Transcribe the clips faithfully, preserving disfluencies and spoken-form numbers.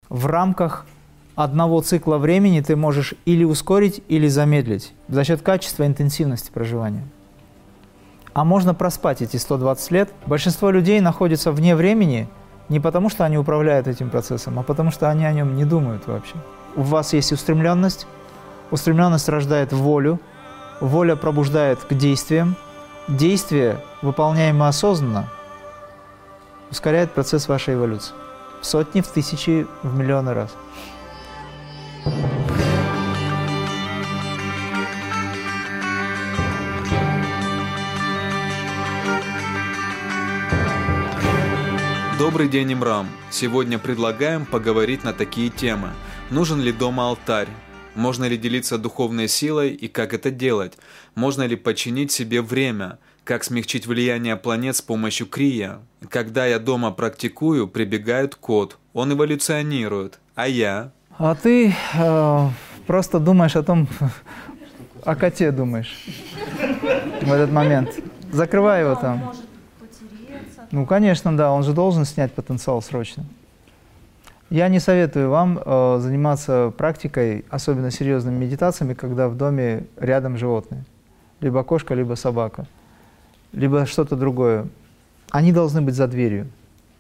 В рамках одного цикла времени ты можешь или ускорить, или замедлить за счет качества и интенсивности проживания. А можно проспать эти сто двадцать лет. Большинство людей находятся вне времени не потому, что они управляют этим процессом, а потому, что они о нем не думают вообще. У вас есть устремленность, устремленность рождает волю, воля пробуждает к действиям, действие, выполняемое осознанно, ускоряет процесс вашей эволюции. В сотни, в тысячи, в миллионы раз. Добрый день, Имрам! Сегодня предлагаем поговорить на такие темы. Нужен ли дома алтарь? Можно ли делиться духовной силой и как это делать? Можно ли подчинить себе время? Как смягчить влияние планет с помощью крия? Когда я дома практикую, прибегает кот. Он эволюционирует. А я? А ты э, просто думаешь о том, о коте думаешь в этот момент. Закрывай его там. Ну, конечно, да, он же должен снять потенциал срочно. Я не советую вам э, заниматься практикой, особенно серьезными медитациями, когда в доме рядом животные. Либо кошка, либо собака, либо что-то другое. Они должны быть за дверью.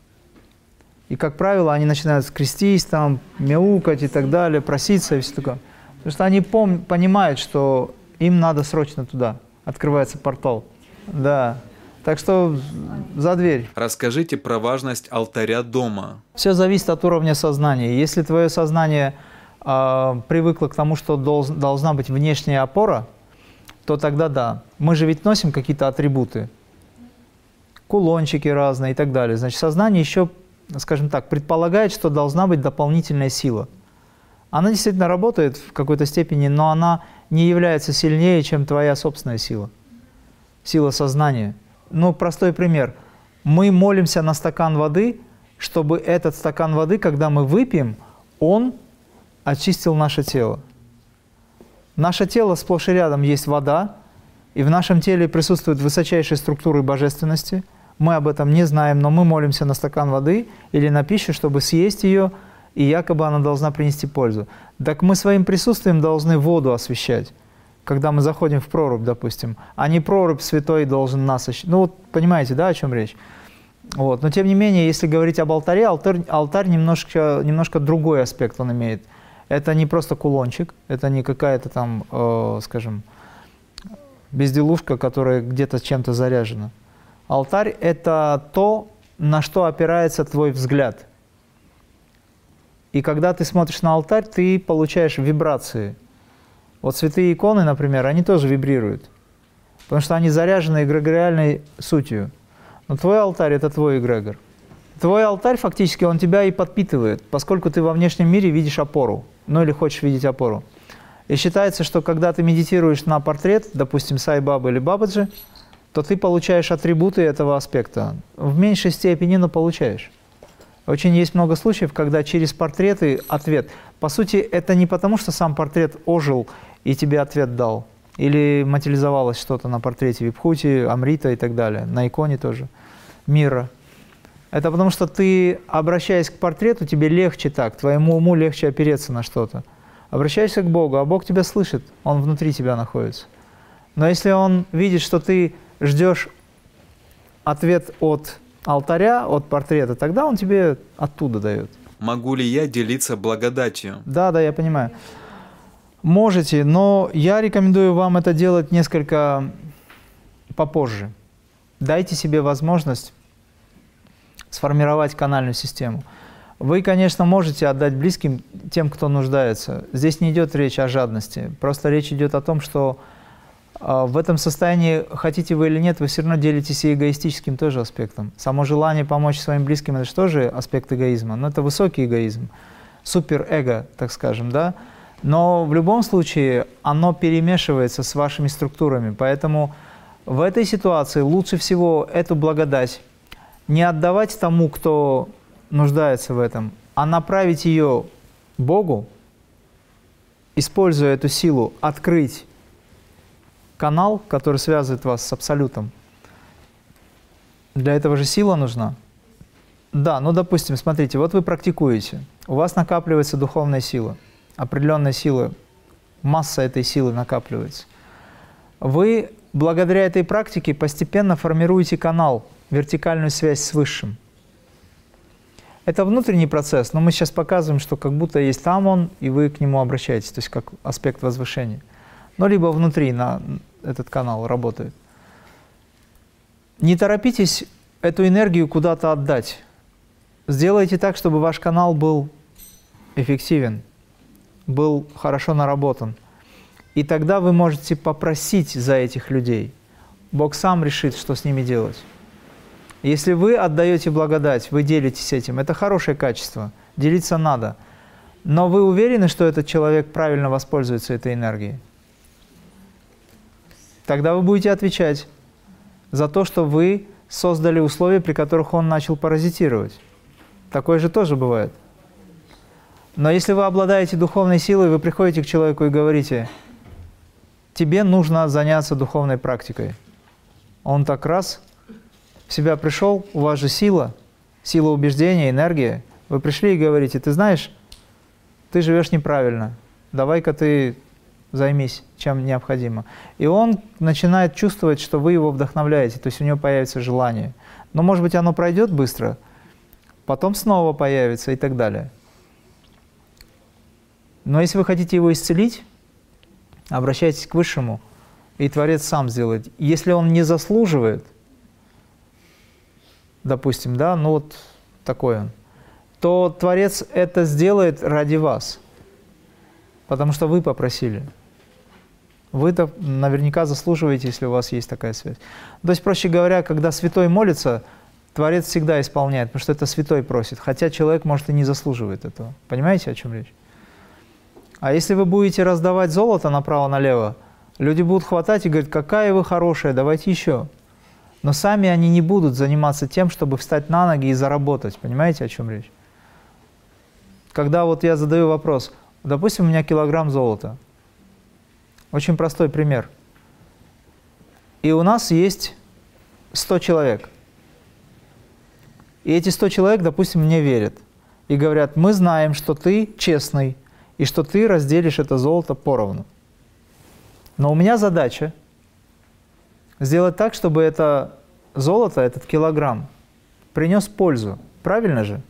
И, как правило, они начинают скрестись, там, мяукать и так далее, проситься и все такое. Потому что они пом понимают, что им надо срочно туда. Открывается портал. Да. Так что за дверь. Расскажите про важность алтаря дома. Все зависит от уровня сознания. Если твое сознание э, привыкло к тому, что долз, должна быть внешняя опора, то тогда да. Мы же ведь носим какие-то атрибуты. Кулончики разные и так далее. Значит, сознание еще, скажем так, предполагает, что должна быть дополнительная сила. Она действительно работает в какой-то степени, но она не является сильнее, чем твоя собственная сила. Сила сознания. Ну, простой пример. Мы молимся на стакан воды, чтобы этот стакан воды, когда мы выпьем, он очистил наше тело. Наше тело сплошь и рядом есть вода, и в нашем теле присутствуют высочайшие структуры божественности. Мы об этом не знаем, но мы молимся на стакан воды или на пищу, чтобы съесть ее, и якобы она должна принести пользу. Так мы своим присутствием должны воду освещать. Когда мы заходим в прорубь, допустим, а не прорубь святой должен нас освещать. Ну вот понимаете, да, о чем речь? Вот. Но тем не менее, если говорить об алтаре, алтарь, алтарь немножко, немножко другой аспект он имеет. Это не просто кулончик, это не какая-то там, э, скажем, безделушка, которая где-то чем-то заряжена. Алтарь – это то, на что опирается твой взгляд. И когда ты смотришь на алтарь, ты получаешь вибрации. Вот святые иконы, например, они тоже вибрируют, потому что они заряжены эгрегориальной сутью. Но твой алтарь – это твой эгрегор. Твой алтарь, фактически, он тебя и подпитывает, поскольку ты во внешнем мире видишь опору, ну или хочешь видеть опору. И считается, что когда ты медитируешь на портрет, допустим, Сай-Бабы или Бабаджи, то ты получаешь атрибуты этого аспекта. В меньшей степени, но получаешь. Очень есть много случаев, когда через портреты ответ. По сути, это не потому, что сам портрет ожил и тебе ответ дал. Или материализовалось что-то на портрете Вибхути, Амрита и так далее. На иконе тоже. Мира. Это потому, что ты, обращаясь к портрету, тебе легче так. Твоему уму легче опереться на что-то. Обращаешься к Богу, а Бог тебя слышит. Он внутри тебя находится. Но если Он видит, что ты ждешь ответ от алтаря, от портрета, тогда Он тебе оттуда дает. Могу ли я делиться благодатью? Да, да, я понимаю. Можете, но я рекомендую вам это делать несколько попозже. Дайте себе возможность сформировать канальную систему. Вы, конечно, можете отдать близким тем, кто нуждается. Здесь не идет речь о жадности. Просто речь идет о том, что э, в этом состоянии, хотите вы или нет, вы все равно делитесь и эгоистическим тоже аспектом. Само желание помочь своим близким – это же тоже аспект эгоизма. Но это высокий эгоизм, суперэго, так скажем, да? Но в любом случае оно перемешивается с вашими структурами. Поэтому в этой ситуации лучше всего эту благодать не отдавать тому, кто нуждается в этом, а направить ее Богу, используя эту силу, открыть канал, который связывает вас с Абсолютом. Для этого же сила нужна. Да, ну, допустим, смотрите, вот вы практикуете, у вас накапливается духовная сила, определенная сила, масса этой силы накапливается. Вы благодаря этой практике постепенно формируете канал, вертикальную связь с Высшим. Это внутренний процесс, но мы сейчас показываем, что как будто есть там он, и вы к нему обращаетесь, то есть как аспект возвышения. Но либо внутри на этот канал работает. Не торопитесь эту энергию куда-то отдать. Сделайте так, чтобы ваш канал был эффективен, был хорошо наработан. И тогда вы можете попросить за этих людей. Бог сам решит, что с ними делать. Если вы отдаете благодать, вы делитесь этим, это хорошее качество, делиться надо. Но вы уверены, что этот человек правильно воспользуется этой энергией? Тогда вы будете отвечать за то, что вы создали условия, при которых он начал паразитировать. Такое же тоже бывает. Но если вы обладаете духовной силой, вы приходите к человеку и говорите: тебе нужно заняться духовной практикой. Он так раз в себя пришел, у вас же сила, сила убеждения, энергия. Вы пришли и говорите: ты знаешь, ты живешь неправильно, давай-ка ты займись, чем необходимо. И он начинает чувствовать, что вы его вдохновляете, то есть у него появится желание. Но, может быть, оно пройдет быстро, потом снова появится и так далее. Но если вы хотите его исцелить, обращайтесь к Высшему, и Творец сам сделает. Если он не заслуживает, допустим, да, ну вот такой он, то Творец это сделает ради вас, потому что вы попросили. Вы-то наверняка заслуживаете, если у вас есть такая связь. То есть, проще говоря, когда святой молится, Творец всегда исполняет, потому что это святой просит, хотя человек, может, и не заслуживает этого. Понимаете, о чем речь? А если вы будете раздавать золото направо-налево, люди будут хватать и говорить: какая вы хорошая, давайте еще. Но сами они не будут заниматься тем, чтобы встать на ноги и заработать. Понимаете, о чем речь? Когда вот я задаю вопрос, допустим, у меня килограмм золота. Очень простой пример. И у нас есть сто человек. И эти сто человек, допустим, мне верят. И говорят: мы знаем, что ты честный, и что ты разделишь это золото поровну. Но у меня задача сделать так, чтобы это золото, этот килограмм, принес пользу. Правильно же?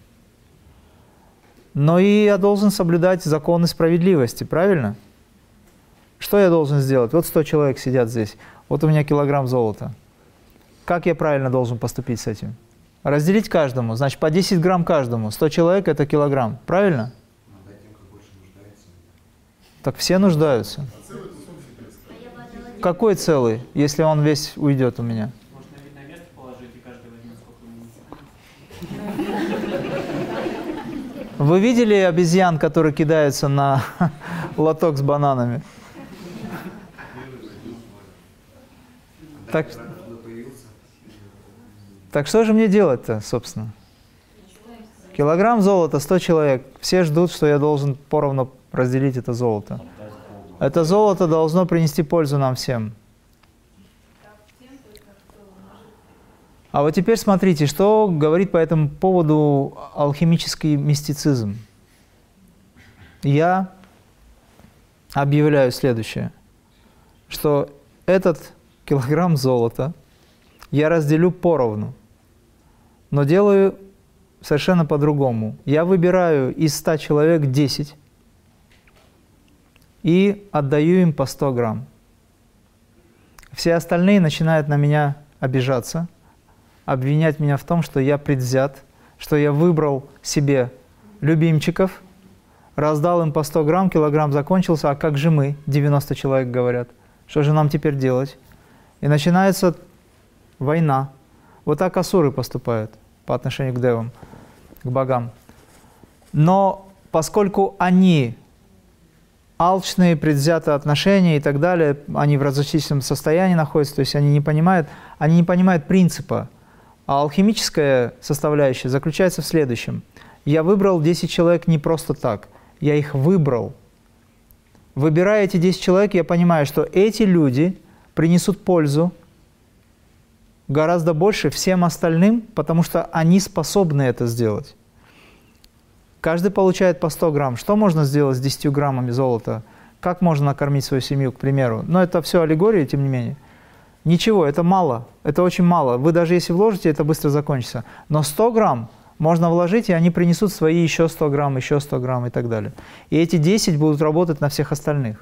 Но и я должен соблюдать законы справедливости, правильно? Что я должен сделать? Вот сто человек сидят здесь, вот у меня килограмм золота. Как я правильно должен поступить с этим? Разделить каждому, значит, по десять грамм каждому. сто человек – это килограмм, правильно? Так все нуждаются. Какой целый, если он весь уйдет у меня? Можно на видное место положить, и каждый возьмет, сколько ему. Вы видели обезьян, которые кидаются на лоток с бананами? Так, так что же мне делать-то, собственно? Килограмм золота, сто человек. Все ждут, что я должен поровну разделить это золото. Это золото должно принести пользу нам всем. А вот теперь смотрите, что говорит по этому поводу алхимический мистицизм. Я объявляю следующее, что этот килограмм золота я разделю поровну, но делаю совершенно по-другому. Я выбираю из ста человек десять и отдаю им по сто грамм. Все остальные начинают на меня обижаться, обвинять меня в том, что я предвзят, что я выбрал себе любимчиков, раздал им по сто грамм, килограмм закончился, а как же мы, девяносто человек говорят, что же нам теперь делать? И начинается война. Вот так асуры поступают по отношению к девам, к богам. Но поскольку они алчные, предвзятые отношения и так далее, они в разочительном состоянии находятся, то есть они не понимают, они не понимают принципа. А алхимическая составляющая заключается в следующем. Я выбрал десять человек не просто так, я их выбрал. Выбирая эти десять человек, я понимаю, что эти люди принесут пользу гораздо больше всем остальным, потому что они способны это сделать. Каждый получает по сто грамм. Что можно сделать с десятью граммами золота? Как можно накормить свою семью, к примеру? Но это все аллегория, тем не менее. Ничего, это мало, это очень мало. Вы даже если вложите, это быстро закончится. Но сто грамм можно вложить, и они принесут свои еще сто грамм, еще сто грамм и так далее. И эти десять будут работать на всех остальных.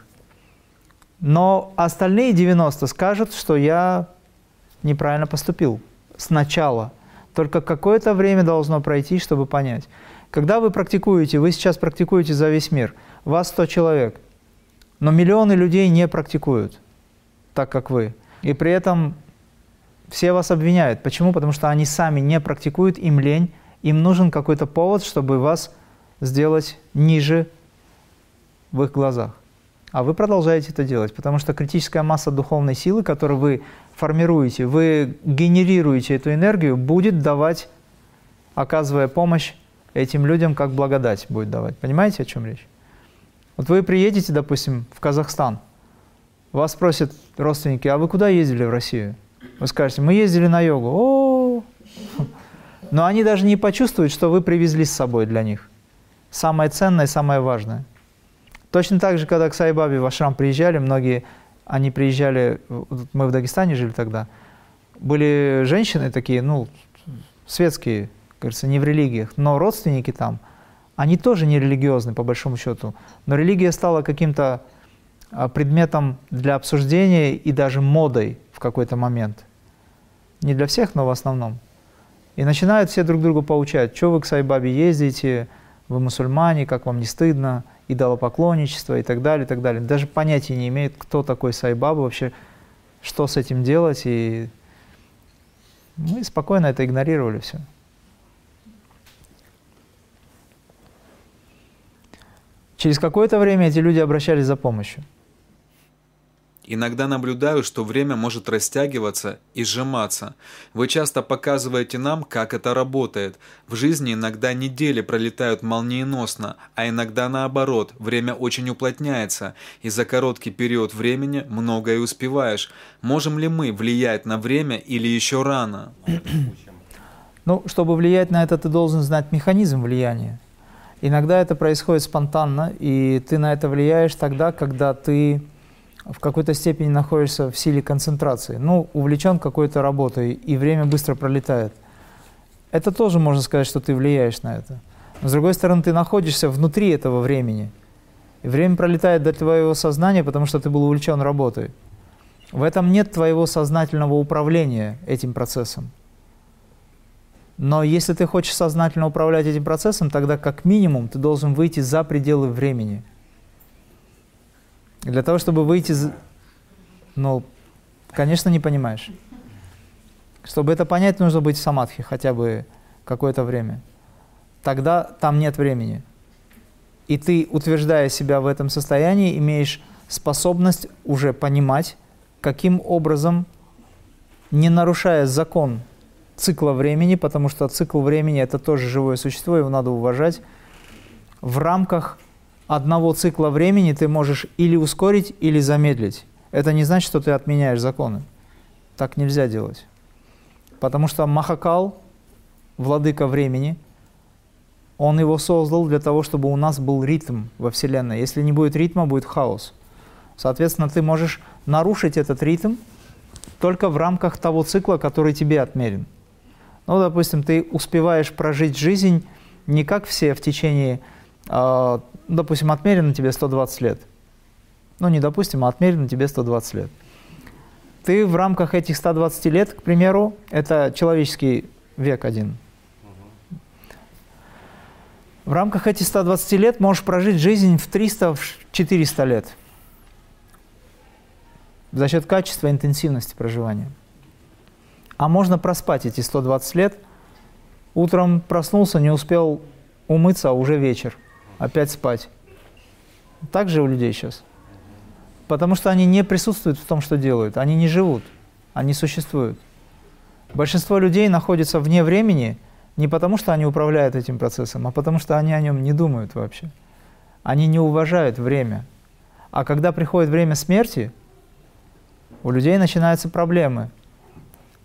Но остальные девяносто скажут, что я неправильно поступил сначала. Только какое-то время должно пройти, чтобы понять. Когда вы практикуете, вы сейчас практикуете за весь мир, вас сто человек, но миллионы людей не практикуют так, как вы. И при этом все вас обвиняют. Почему? Потому что они сами не практикуют, им лень, им нужен какой-то повод, чтобы вас сделать ниже в их глазах. А вы продолжаете это делать, потому что критическая масса духовной силы, которую вы формируете, вы генерируете эту энергию, будет давать, оказывая помощь этим людям, как благодать будет давать. Понимаете, о чем речь? Вот вы приедете, допустим, в Казахстан, вас спросят родственники, а вы куда ездили в Россию? Вы скажете, мы ездили на йогу. О-о-о! Но они даже не почувствуют, что вы привезли с собой для них. Самое ценное, самое важное. Точно так же, когда к Сай-Бабе в ашрам приезжали, многие, они приезжали, мы в Дагестане жили тогда, были женщины такие, ну, светские, кажется, не в религиях, но родственники там, они тоже не религиозны, по большому счету. Но религия стала каким-то предметом для обсуждения и даже модой в какой-то момент. Не для всех, но в основном. И начинают все друг друга поучать, что вы к Сай-Бабе ездите, вы мусульмане, как вам не стыдно, идолопоклонничество и так далее, и так далее. Даже понятия не имеют, кто такой Сай-Баба, вообще, что с этим делать. И мы спокойно это игнорировали все. Через какое-то время эти люди обращались за помощью. Иногда наблюдаю, что время может растягиваться и сжиматься. Вы часто показываете нам, как это работает. В жизни иногда недели пролетают молниеносно, а иногда наоборот, время очень уплотняется, и за короткий период времени многое успеваешь. Можем ли мы влиять на время или еще рано? Ну, чтобы влиять на это, ты должен знать механизм влияния. Иногда это происходит спонтанно, и ты на это влияешь тогда, когда ты в какой-то степени находишься в силе концентрации, ну, увлечен какой-то работой, и время быстро пролетает. Это тоже можно сказать, что ты влияешь на это. Но с другой стороны, ты находишься внутри этого времени. И время пролетает до твоего сознания, потому что ты был увлечен работой. В этом нет твоего сознательного управления этим процессом. Но если ты хочешь сознательно управлять этим процессом, тогда как минимум ты должен выйти за пределы времени. Для того, чтобы выйти, ну, конечно, не понимаешь. Чтобы это понять, нужно быть в самадхи хотя бы какое-то время. Тогда там нет времени. И ты, утверждая себя в этом состоянии, имеешь способность уже понимать, каким образом, не нарушая закон цикла времени, потому что цикл времени — это тоже живое существо, его надо уважать, в рамках одного цикла времени ты можешь или ускорить, или замедлить. Это не значит, что ты отменяешь законы. Так нельзя делать. Потому что Махакал, владыка времени, он его создал для того, чтобы у нас был ритм во Вселенной. Если не будет ритма, будет хаос. Соответственно, ты можешь нарушить этот ритм только в рамках того цикла, который тебе отмерен. Ну, допустим, ты успеваешь прожить жизнь не как все в течение, э, допустим, отмерено тебе сто двадцать лет. Ну, не допустим, а отмерено тебе сто двадцать лет. Ты в рамках этих ста двадцати лет, к примеру, это человеческий век один. В рамках этих ста двадцати лет можешь прожить жизнь в триста-четыреста лет. За счет качества и интенсивности проживания. А можно проспать эти сто двадцать лет. Утром проснулся, не успел умыться, а уже вечер. Опять спать. Так же у людей сейчас. Потому что они не присутствуют в том, что делают. Они не живут. Они существуют. Большинство людей находятся вне времени не потому, что они управляют этим процессом, а потому что они о нем не думают вообще. Они не уважают время. А когда приходит время смерти, у людей начинаются проблемы.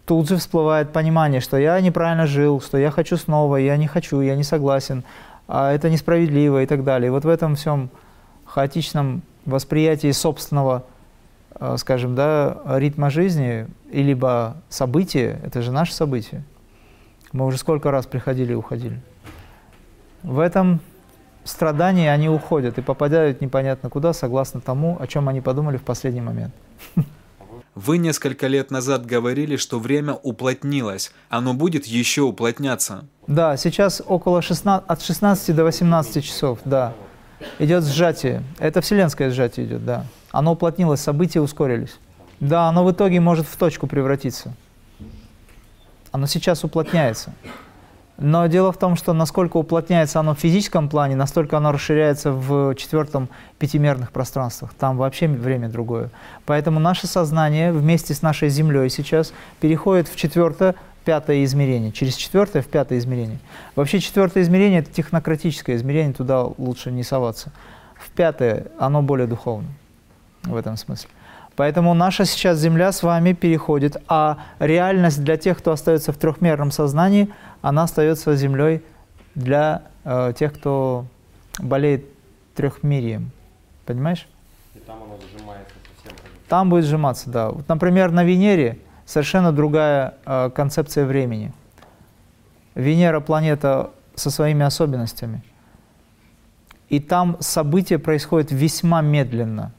тут же всплывает понимание, что я неправильно жил, что я хочу снова, я не хочу, я не согласен, а это несправедливо и так далее. И вот в этом всем хаотичном восприятии собственного, скажем, да, ритма жизни, и либо события, это же наше событие. Мы уже сколько раз приходили и уходили. В этом страдании они уходят и попадают непонятно куда, согласно тому, о чем они подумали в последний момент. Вы несколько лет назад говорили, что время уплотнилось. Оно будет еще уплотняться. Да, сейчас около шестнадцати, от шестнадцати до восемнадцати часов, да. Идет сжатие. Это вселенское сжатие идет, да. Оно уплотнилось, события ускорились. Да, оно в итоге может в точку превратиться. Оно сейчас уплотняется. Но дело в том, что насколько уплотняется оно в физическом плане, настолько оно расширяется в четвертом пятимерных пространствах. Там вообще время другое. Поэтому наше сознание вместе с нашей Землей сейчас переходит в четвертое, пятое измерение. Через четвертое в пятое измерение. Вообще четвертое измерение – это технократическое измерение, туда лучше не соваться. В пятое оно более духовное в этом смысле. Поэтому наша сейчас Земля с вами переходит, а реальность для тех, кто остается в трехмерном сознании, она остается Землей для э, тех, кто болеет трехмирием. Понимаешь? И там оно сжимается совсем. Там будет сжиматься, да. Вот, например, на Венере совершенно другая э, концепция времени. Венера — планета со своими особенностями. И там события происходят весьма медленно.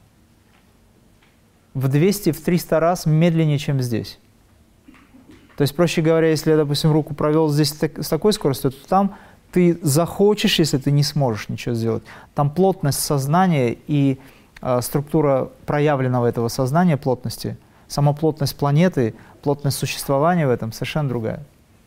В двести, в триста раз медленнее, чем здесь. То есть, проще говоря, если я, допустим, руку провел здесь с такой скоростью, то там ты захочешь, если ты не сможешь ничего сделать. Там плотность сознания и э, структура проявленного этого сознания, плотности, сама плотность планеты, плотность существования в этом совершенно другая.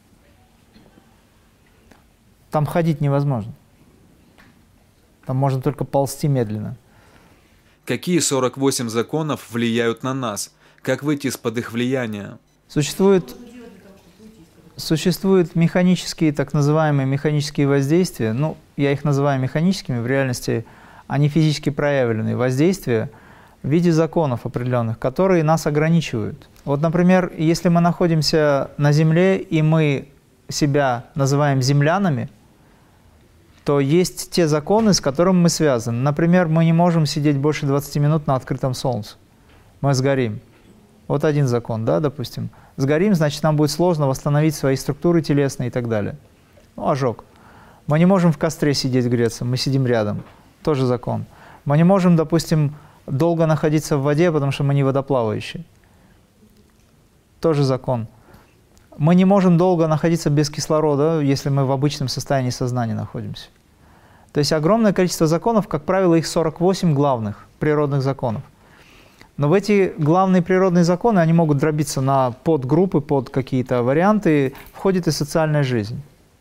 Там ходить невозможно. Там можно только ползти медленно. Какие сорок восемь законов влияют на нас? Как выйти из-под их влияния? Существует, существуют механические, так называемые механические воздействия. Ну, я их называю механическими, в реальности они физически проявленные воздействия в виде законов определенных, которые нас ограничивают. Вот, например, если мы находимся на Земле, и мы себя называем землянами, то есть те законы, с которыми мы связаны. Например, мы не можем сидеть больше двадцати минут на открытом солнце. Мы сгорим. Вот один закон, да, допустим. Сгорим, значит, нам будет сложно восстановить свои структуры телесные и так далее. Ну, ожог. Мы не можем в костре сидеть греться, мы сидим рядом. Тоже закон. Мы не можем, допустим, долго находиться в воде, потому что мы не водоплавающие. Тоже закон. Мы не можем долго находиться без кислорода, если мы в обычном состоянии сознания находимся. То есть огромное количество законов, как правило, их сорок восемь главных природных законов. Но в эти главные природные законы, они могут дробиться на подгруппы, под какие-то варианты, входит и социальная жизнь.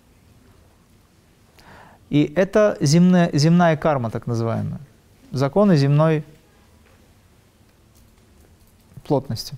И это земная, земная карма, так называемая. Законы земной плотности.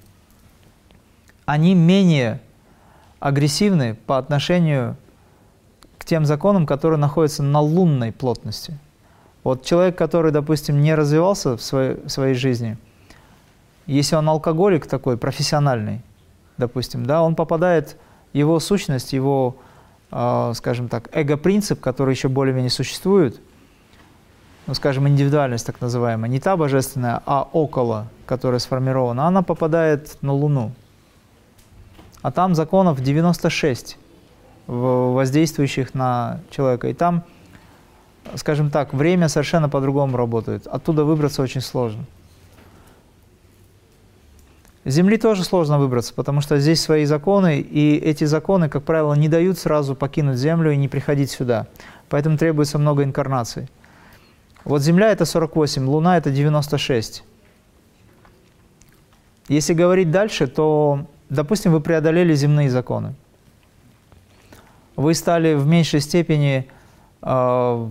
Они менее агрессивны по отношению к тем законам, которые находятся на лунной плотности. Вот человек, который, допустим, не развивался в своей, в своей жизни, если он алкоголик такой, профессиональный, допустим, да, он попадает, его сущность, его, э, скажем так, эго-принцип, который еще более-менее существует, ну, скажем, индивидуальность так называемая, не та божественная, а около, которая сформирована, она попадает на Луну. А там законов девяносто шесть, воздействующих на человека. И там, скажем так, время совершенно по-другому работает. Оттуда выбраться очень сложно. С Земли тоже сложно выбраться, потому что здесь свои законы, и эти законы, как правило, не дают сразу покинуть Землю и не приходить сюда. Поэтому требуется много инкарнаций. Вот Земля — это сорок восемь, Луна — это девяносто шесть. Если говорить дальше, то, допустим, вы преодолели земные законы. Вы стали в меньшей степени э,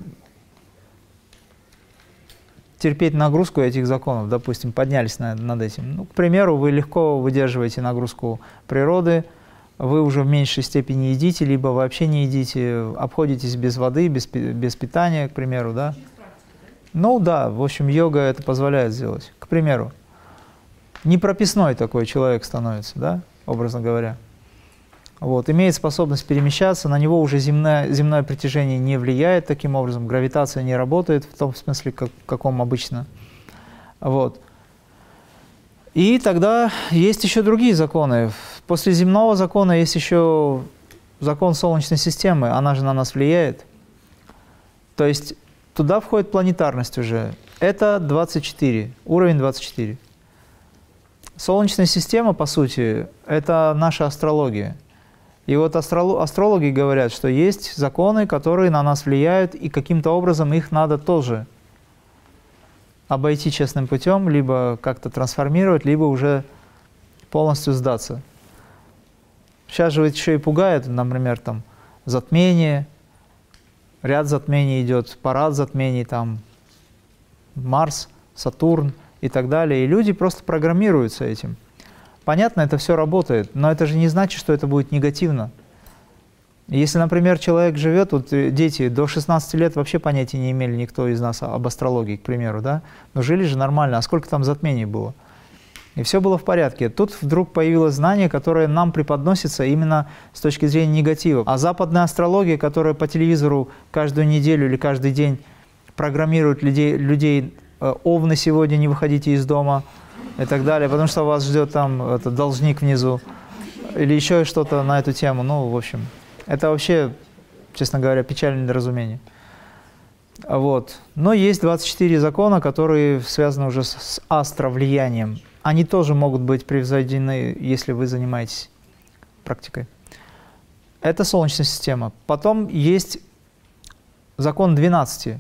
терпеть нагрузку этих законов, допустим, поднялись на, над этим. Ну, к примеру, вы легко выдерживаете нагрузку природы, вы уже в меньшей степени едите, либо вообще не едите, обходитесь без воды, без, без питания, к примеру, да? Ну да, в общем, йога это позволяет сделать. К примеру, непрописной такой человек становится, да? образно говоря. Вот, имеет способность перемещаться, на него уже земное, земное притяжение не влияет таким образом, гравитация не работает в том смысле, как, каком обычно. Вот. И тогда есть еще другие законы. После земного закона есть еще закон Солнечной системы, она же на нас влияет. То есть туда входит планетарность уже. Это двадцать четыре, уровень двадцать четыре. Солнечная система, по сути, это наша астрология. И вот астрологи говорят, что есть законы, которые на нас влияют, и каким-то образом их надо тоже обойти честным путем, либо как-то трансформировать, либо уже полностью сдаться. Сейчас же ведь еще и пугает, например, там затмение, ряд затмений идет, парад затмений, там Марс, Сатурн и так далее. И люди просто программируются этим. Понятно, это все работает, но это же не значит, что это будет негативно. Если, например, человек живет, вот дети до шестнадцати лет вообще понятия не имели никто из нас об астрологии, к примеру, да, но жили же нормально, а сколько там затмений было? И все было в порядке. Тут вдруг появилось знание, которое нам преподносится именно с точки зрения негатива. А западная астрология, которая по телевизору каждую неделю или каждый день программирует людей, людей овны сегодня не выходите из дома и так далее, потому что вас ждет там это, должник внизу или еще что-то на эту тему. Ну, в общем, это вообще, честно говоря, печальное недоразумение. Вот. Но есть двадцать четыре закона, которые связаны уже с астровлиянием. Они тоже могут быть превзойдены, если вы занимаетесь практикой. Это Солнечная система. Потом есть закон двенадцати.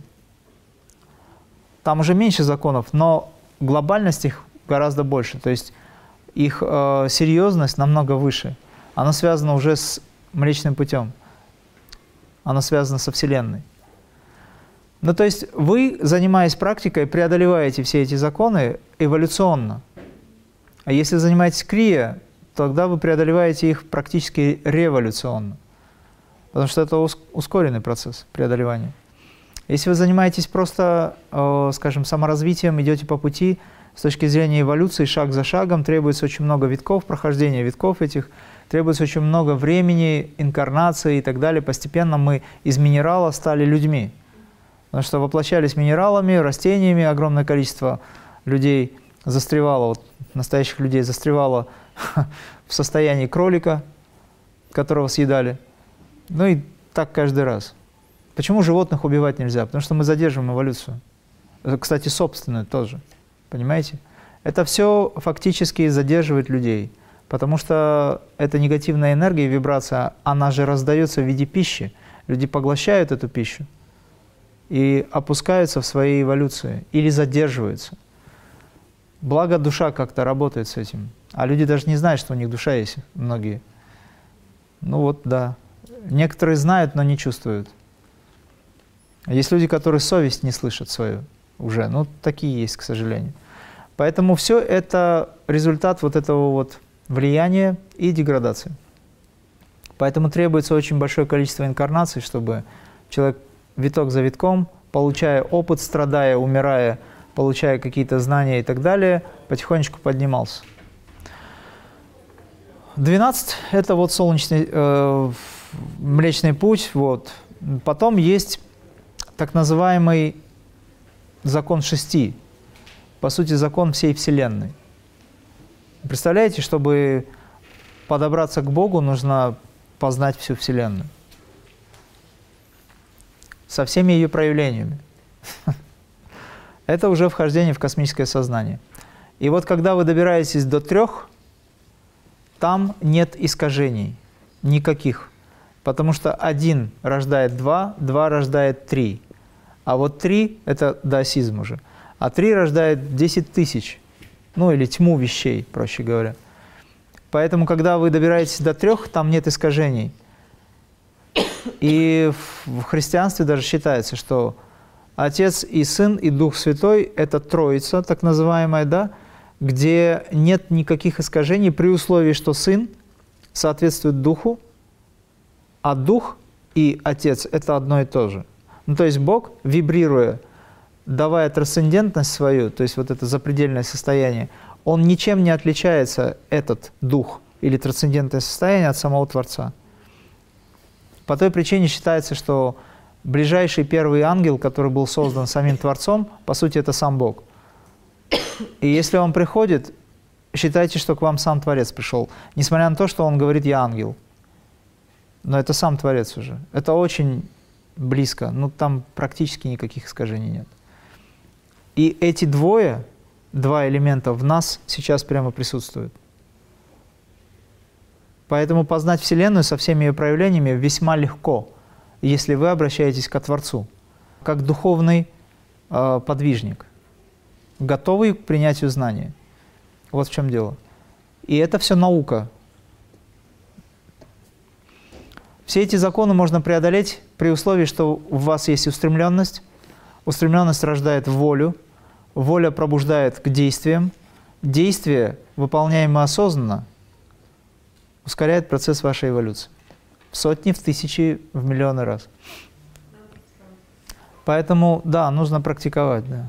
Там уже меньше законов, но глобальность их гораздо больше. То есть их э, серьезность намного выше. Она связана уже с Млечным путем. Она связана со Вселенной. Ну, то есть вы, занимаясь практикой, преодолеваете все эти законы эволюционно. А если занимаетесь крия, тогда вы преодолеваете их практически революционно. Потому что это ускоренный процесс преодолевания. Если вы занимаетесь просто, э, скажем, саморазвитием, идете по пути, с точки зрения эволюции, шаг за шагом, требуется очень много витков, прохождения витков этих, требуется очень много времени, инкарнации и так далее. Постепенно мы из минерала стали людьми. Потому что воплощались минералами, растениями, огромное количество людей застревало, вот, настоящих людей застревало в состоянии кролика, которого съедали. Ну и так каждый раз. Почему животных убивать нельзя? Потому что мы задерживаем эволюцию. Кстати, собственную тоже. Понимаете? Это все фактически задерживает людей. Потому что эта негативная энергия, вибрация, она же раздается в виде пищи. Люди поглощают эту пищу и опускаются в своей эволюции или задерживаются. Благо душа как-то работает с этим. А люди даже не знают, что у них душа есть, многие. Ну вот, да. Некоторые знают, но не чувствуют. Есть люди, которые совесть не слышат свою уже. Ну, такие есть, к сожалению. Поэтому все это результат вот этого вот влияния и деградации. Поэтому требуется очень большое количество инкарнаций, чтобы человек виток за витком, получая опыт, страдая, умирая, получая какие-то знания и так далее, потихонечку поднимался. двенадцать – это вот солнечный, э, Млечный путь. Вот. Потом есть так называемый закон шести, по сути, закон всей Вселенной. Представляете, чтобы подобраться к Богу, нужно познать всю Вселенную. Со всеми ее проявлениями. Это уже вхождение в космическое сознание. И вот когда вы добираетесь до трех, там нет искажений никаких. Потому что один рождает два, два рождает три. А вот три – это даосизм уже. А три рождает десять тысяч. Ну или тьму вещей, проще говоря. Поэтому, когда вы добираетесь до трех, там нет искажений. И в христианстве даже считается, что Отец и Сын и Дух Святой – это Троица, так называемая, да, где нет никаких искажений при условии, что Сын соответствует Духу, а Дух и Отец – это одно и то же. Ну, то есть Бог, вибрируя, давая трансцендентность свою, то есть вот это запредельное состояние, Он ничем не отличается, этот Дух, или трансцендентное состояние от самого Творца. По той причине считается, что ближайший первый ангел, который был создан самим Творцом, по сути, это сам Бог. И если он приходит, считайте, что к вам сам Творец пришел, несмотря на то, что он говорит «я ангел». Но это сам Творец уже. Это очень близко, ну там практически никаких искажений нет. И эти двое, два элемента в нас сейчас прямо присутствуют. Поэтому познать Вселенную со всеми ее проявлениями весьма легко, если вы обращаетесь к Творцу, как духовный э, подвижник, готовый к принятию знания. Вот в чем дело. И это все наука. Все эти законы можно преодолеть при условии, что у вас есть устремленность. Устремленность рождает волю. Воля пробуждает к действиям. Действие, выполняемое осознанно, ускоряет процесс вашей эволюции. В сотни, в тысячи, в миллионы раз. Поэтому, да, нужно практиковать, да.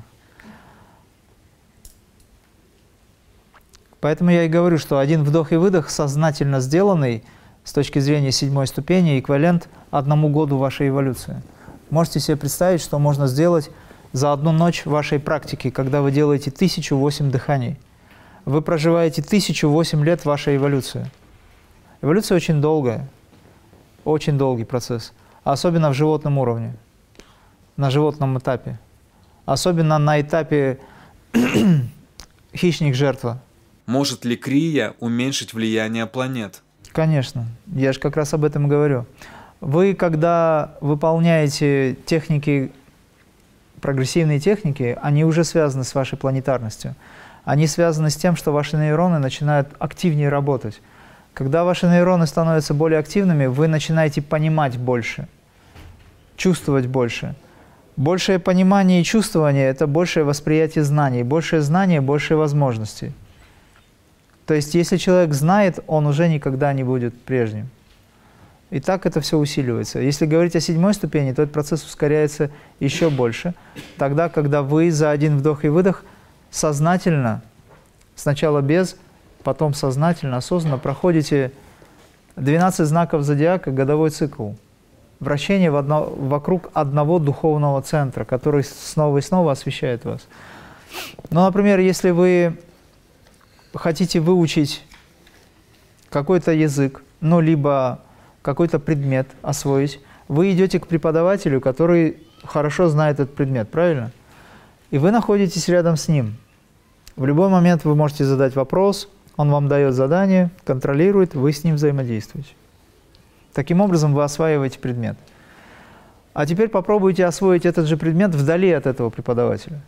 Поэтому я и говорю, что один вдох и выдох, сознательно сделанный, с точки зрения седьмой ступени, эквивалент одному году вашей эволюции. Можете себе представить, что можно сделать за одну ночь вашей практики, когда вы делаете тысячу восемь дыханий. Вы проживаете тысячу восемь лет вашей эволюции. Эволюция очень долгая, очень долгий процесс, особенно в животном уровне, на животном этапе, особенно на этапе хищник-жертва. Может ли крия уменьшить влияние планет? Конечно, я же как раз об этом и говорю. Вы, когда выполняете техники, прогрессивные техники, они уже связаны с вашей планетарностью. Они связаны с тем, что ваши нейроны начинают активнее работать. Когда ваши нейроны становятся более активными, вы начинаете понимать больше, чувствовать больше. Большее понимание и чувствование – это большее восприятие знаний. Большее знание – больше возможностей. То есть, если человек знает, он уже никогда не будет прежним. И так это все усиливается. Если говорить о седьмой ступени, то этот процесс ускоряется еще больше. Тогда, когда вы за один вдох и выдох сознательно, сначала без, потом сознательно, осознанно проходите двенадцать знаков зодиака, годовой цикл. Вращение в одно, вокруг одного духовного центра, который снова и снова освещает вас. Ну, например, если вы хотите выучить какой-то язык, ну, либо какой-то предмет освоить, вы идете к преподавателю, который хорошо знает этот предмет, правильно? И вы находитесь рядом с ним. В любой момент вы можете задать вопрос, он вам дает задание, контролирует, вы с ним взаимодействуете. Таким образом вы осваиваете предмет. А теперь попробуйте освоить этот же предмет вдали от этого преподавателя.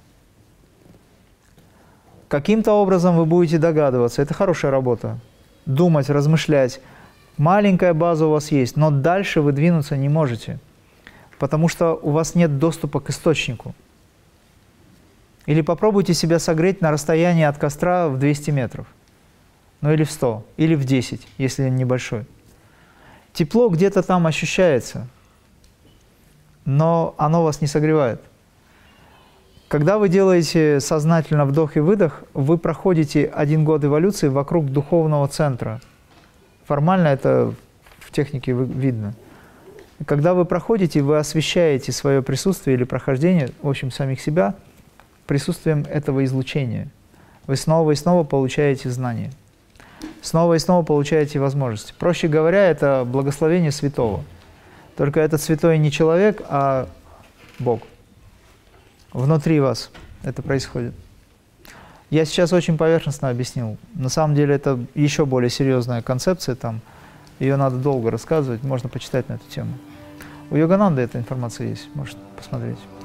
Каким-то образом вы будете догадываться, это хорошая работа, думать, размышлять. Маленькая база у вас есть, но дальше вы двинуться не можете, потому что у вас нет доступа к источнику. Или попробуйте себя согреть на расстоянии от костра в двести метров, ну или в сто, или в десять, если он небольшой. Тепло где-то там ощущается, но оно вас не согревает. Когда вы делаете сознательно вдох и выдох, вы проходите один год эволюции вокруг духовного центра. Формально это в технике видно. Когда вы проходите, вы освещаете свое присутствие или прохождение, в общем, самих себя, присутствием этого излучения. Вы снова и снова получаете знания. Снова и снова получаете возможности. Проще говоря, это благословение святого. Только этот святой не человек, а Бог. Внутри вас это происходит. Я сейчас очень поверхностно объяснил. На самом деле это еще более серьезная концепция, там, ее надо долго рассказывать, можно почитать на эту тему. У Йогананды эта информация есть, можете посмотреть.